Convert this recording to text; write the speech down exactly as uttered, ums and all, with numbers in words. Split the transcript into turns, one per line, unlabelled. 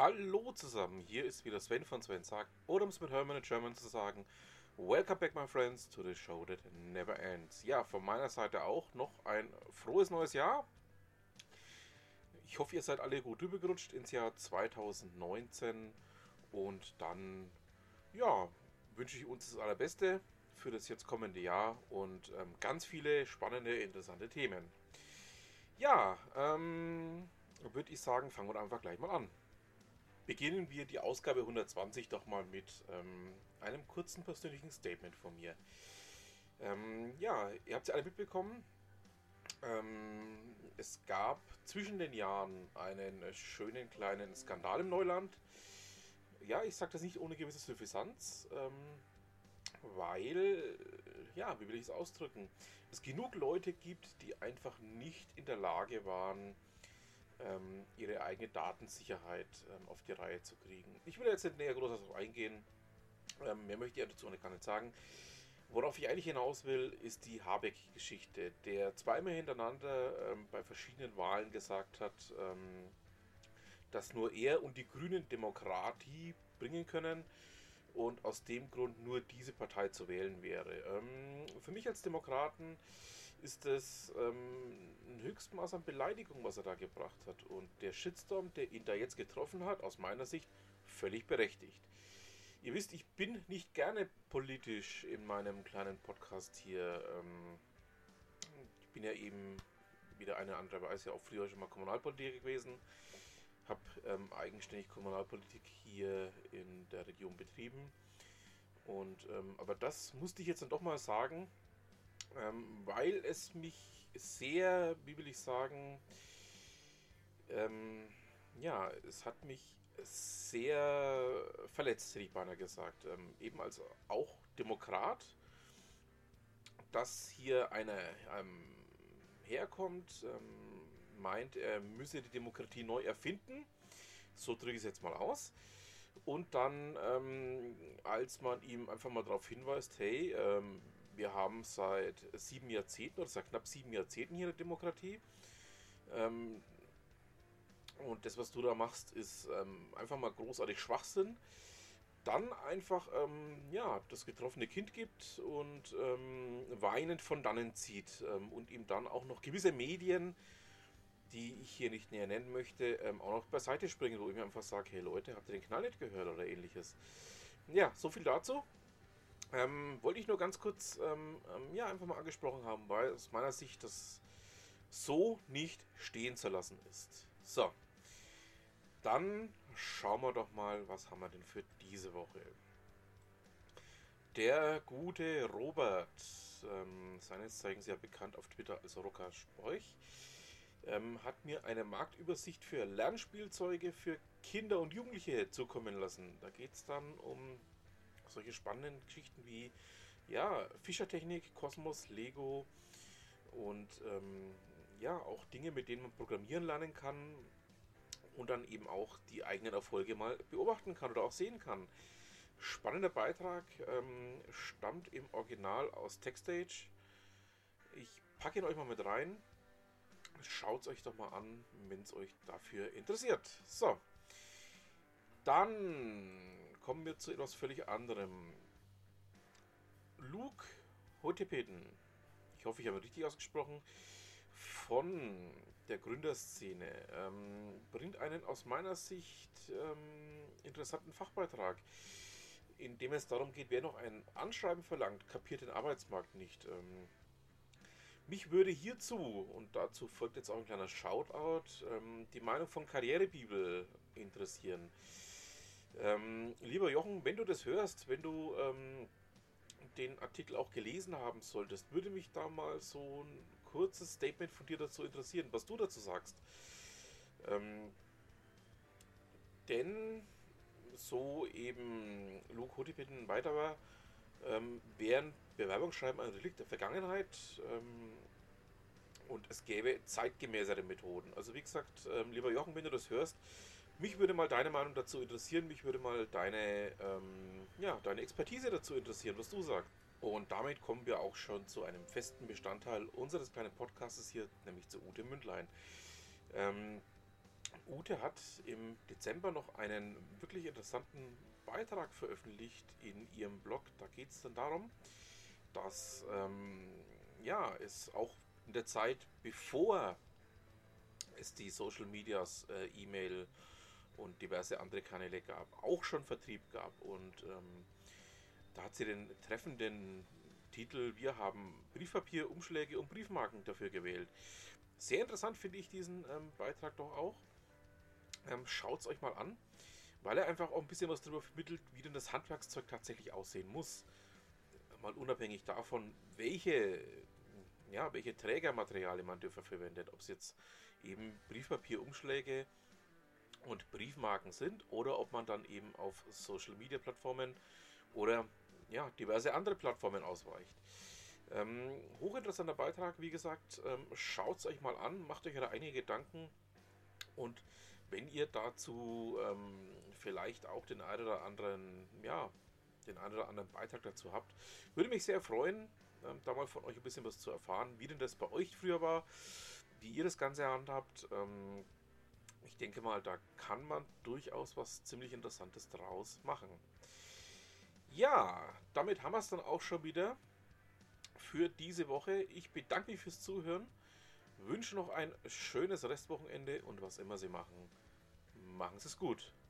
Hallo zusammen, hier ist wieder Sven von Sven sagt, oder um es mit Herman in German zu sagen, Welcome back my friends to the show that never ends. Ja, von meiner Seite auch noch ein frohes neues Jahr. Ich hoffe, ihr seid alle gut rübergerutscht ins Jahr zweitausendneunzehn und dann, ja, wünsche ich uns das Allerbeste für das jetzt kommende Jahr und ähm, ganz viele spannende, interessante Themen. Ja, ähm, würde ich sagen, fangen wir einfach gleich mal an. Beginnen wir die Ausgabe hundertzwanzig doch mal mit ähm, einem kurzen persönlichen Statement von mir. Ähm, ja, ihr habt es ja alle mitbekommen. Ähm, es gab zwischen den Jahren einen schönen kleinen Skandal im Neuland. Ja, ich sage das nicht ohne gewisse Suffisanz, ähm, weil, ja, wie will ich es ausdrücken, es genug Leute gibt, die einfach nicht in der Lage waren, ähm, ihre eigene Datensicherheit ähm, auf die Reihe zu kriegen. Ich will jetzt nicht näher groß darauf eingehen, ähm, mehr möchte ich dazu gar nicht sagen. Worauf ich eigentlich hinaus will, ist die Habeck-Geschichte, der zweimal hintereinander ähm, bei verschiedenen Wahlen gesagt hat, ähm, dass nur er und die Grünen Demokratie bringen können und aus dem Grund nur diese Partei zu wählen wäre. Ähm, für mich als Demokraten ist es ähm, ein Höchstmaß an Beleidigung, was er da gebracht hat. Und der Shitstorm, der ihn da jetzt getroffen hat, aus meiner Sicht völlig berechtigt. Ihr wisst, ich bin nicht gerne politisch in meinem kleinen Podcast hier. Ähm, ich bin ja eben, wie der eine oder andere weiß, ja auch früher schon mal Kommunalpolitiker gewesen. Habe ähm, eigenständig Kommunalpolitik hier in der Region betrieben. Und, ähm, aber das musste ich jetzt dann doch mal sagen, ähm, weil es mich sehr, wie will ich sagen, ähm, ja, es hat mich sehr verletzt, hätte ich beinahe gesagt. Ähm, eben als auch Demokrat, dass hier einer ähm, herkommt, ähm, meint, er müsse die Demokratie neu erfinden. So drücke ich es jetzt mal aus. Und dann, ähm, als man ihm einfach mal darauf hinweist, hey, ähm, wir haben seit sieben Jahrzehnten oder seit knapp sieben Jahrzehnten hier eine Demokratie. Ähm, und das, was du da machst, ist ähm, einfach mal großartig Schwachsinn. Dann einfach ähm, ja, das getroffene Kind gibt und ähm, weinend von dannen zieht ähm, und ihm dann auch noch gewisse Medien, die ich hier nicht näher nennen möchte, ähm, auch noch beiseite springen, wo ich mir einfach sage, hey Leute, habt ihr den Knall nicht gehört oder ähnliches. Ja, so viel dazu. Ähm, wollte ich nur ganz kurz ähm, ähm, ja, einfach mal angesprochen haben, weil aus meiner Sicht das so nicht stehen zu lassen ist. So, dann schauen wir doch mal, was haben wir denn für diese Woche. Der gute Robert, ähm, seines Zeichens ja bekannt auf Twitter als Rocker Sporch, ähm, hat mir eine Marktübersicht für Lernspielzeuge für Kinder und Jugendliche zukommen lassen. Da geht es dann um solche spannenden Geschichten wie ja, Fischertechnik, Kosmos, Lego und ähm, ja, auch Dinge, mit denen man programmieren lernen kann und dann eben auch die eigenen Erfolge mal beobachten kann oder auch sehen kann. Spannender Beitrag, ähm, stammt im Original aus TechStage. Ich packe ihn euch mal mit rein. Schaut es euch doch mal an, wenn es euch dafür interessiert. So, dann kommen wir zu etwas völlig anderem. Luke Hotepeden, ich hoffe, ich habe ihn richtig ausgesprochen, von der Gründerszene, ähm, bringt einen aus meiner Sicht ähm, interessanten Fachbeitrag, in dem es darum geht, wer noch ein Anschreiben verlangt, kapiert den Arbeitsmarkt nicht. Ähm, mich würde hierzu, und dazu folgt jetzt auch ein kleiner Shoutout, ähm, die Meinung von Karrierebibel interessieren. Ähm, lieber Jochen, wenn du das hörst, wenn du ähm, den Artikel auch gelesen haben solltest, würde mich da mal so ein kurzes Statement von dir dazu interessieren, was du dazu sagst. Ähm, denn so eben Luke Hotepeden weiter war, ähm, wären Bewerbungsschreiben ein Relikt der Vergangenheit ähm, und es gäbe zeitgemäßere Methoden. Also wie gesagt, ähm, lieber Jochen, wenn du das hörst, mich würde mal deine Meinung dazu interessieren, mich würde mal deine, ähm, ja, deine Expertise dazu interessieren, was du sagst. Und damit kommen wir auch schon zu einem festen Bestandteil unseres kleinen Podcasts hier, nämlich zu Ute Mündlein. Ähm, Ute hat im Dezember noch einen wirklich interessanten Beitrag veröffentlicht in ihrem Blog. Da geht es dann darum, dass ähm, ja, es auch in der Zeit, bevor es die Social Medias, äh, E-Mail und diverse andere Kanäle gab, auch schon Vertrieb gab. Und ähm, da hat sie den treffenden Titel Wir haben Briefpapier, Umschläge und Briefmarken dafür gewählt. Sehr interessant finde ich diesen ähm, Beitrag doch auch. Ähm, Schaut es euch mal an, weil er einfach auch ein bisschen was darüber vermittelt, wie denn das Handwerkszeug tatsächlich aussehen muss. Mal unabhängig davon, welche, ja, welche Trägermaterialien man dafür verwendet. Ob es jetzt eben Briefpapierumschläge und Briefmarken sind oder ob man dann eben auf Social Media Plattformen oder ja, diverse andere Plattformen ausweicht. Ähm, hochinteressanter Beitrag, wie gesagt, ähm, schaut es euch mal an, macht euch da einige Gedanken und wenn ihr dazu ähm, vielleicht auch den einen oder anderen, ja, den einen oder anderen Beitrag dazu habt, würde mich sehr freuen, ähm, da mal von euch ein bisschen was zu erfahren, wie denn das bei euch früher war, wie ihr das Ganze handhabt. Ähm, ich denke mal, da kann man durchaus was ziemlich Interessantes draus machen. Ja, damit haben wir es dann auch schon wieder für diese Woche. Ich bedanke mich fürs Zuhören, wünsche noch ein schönes Restwochenende und was immer Sie machen, machen Sie es gut.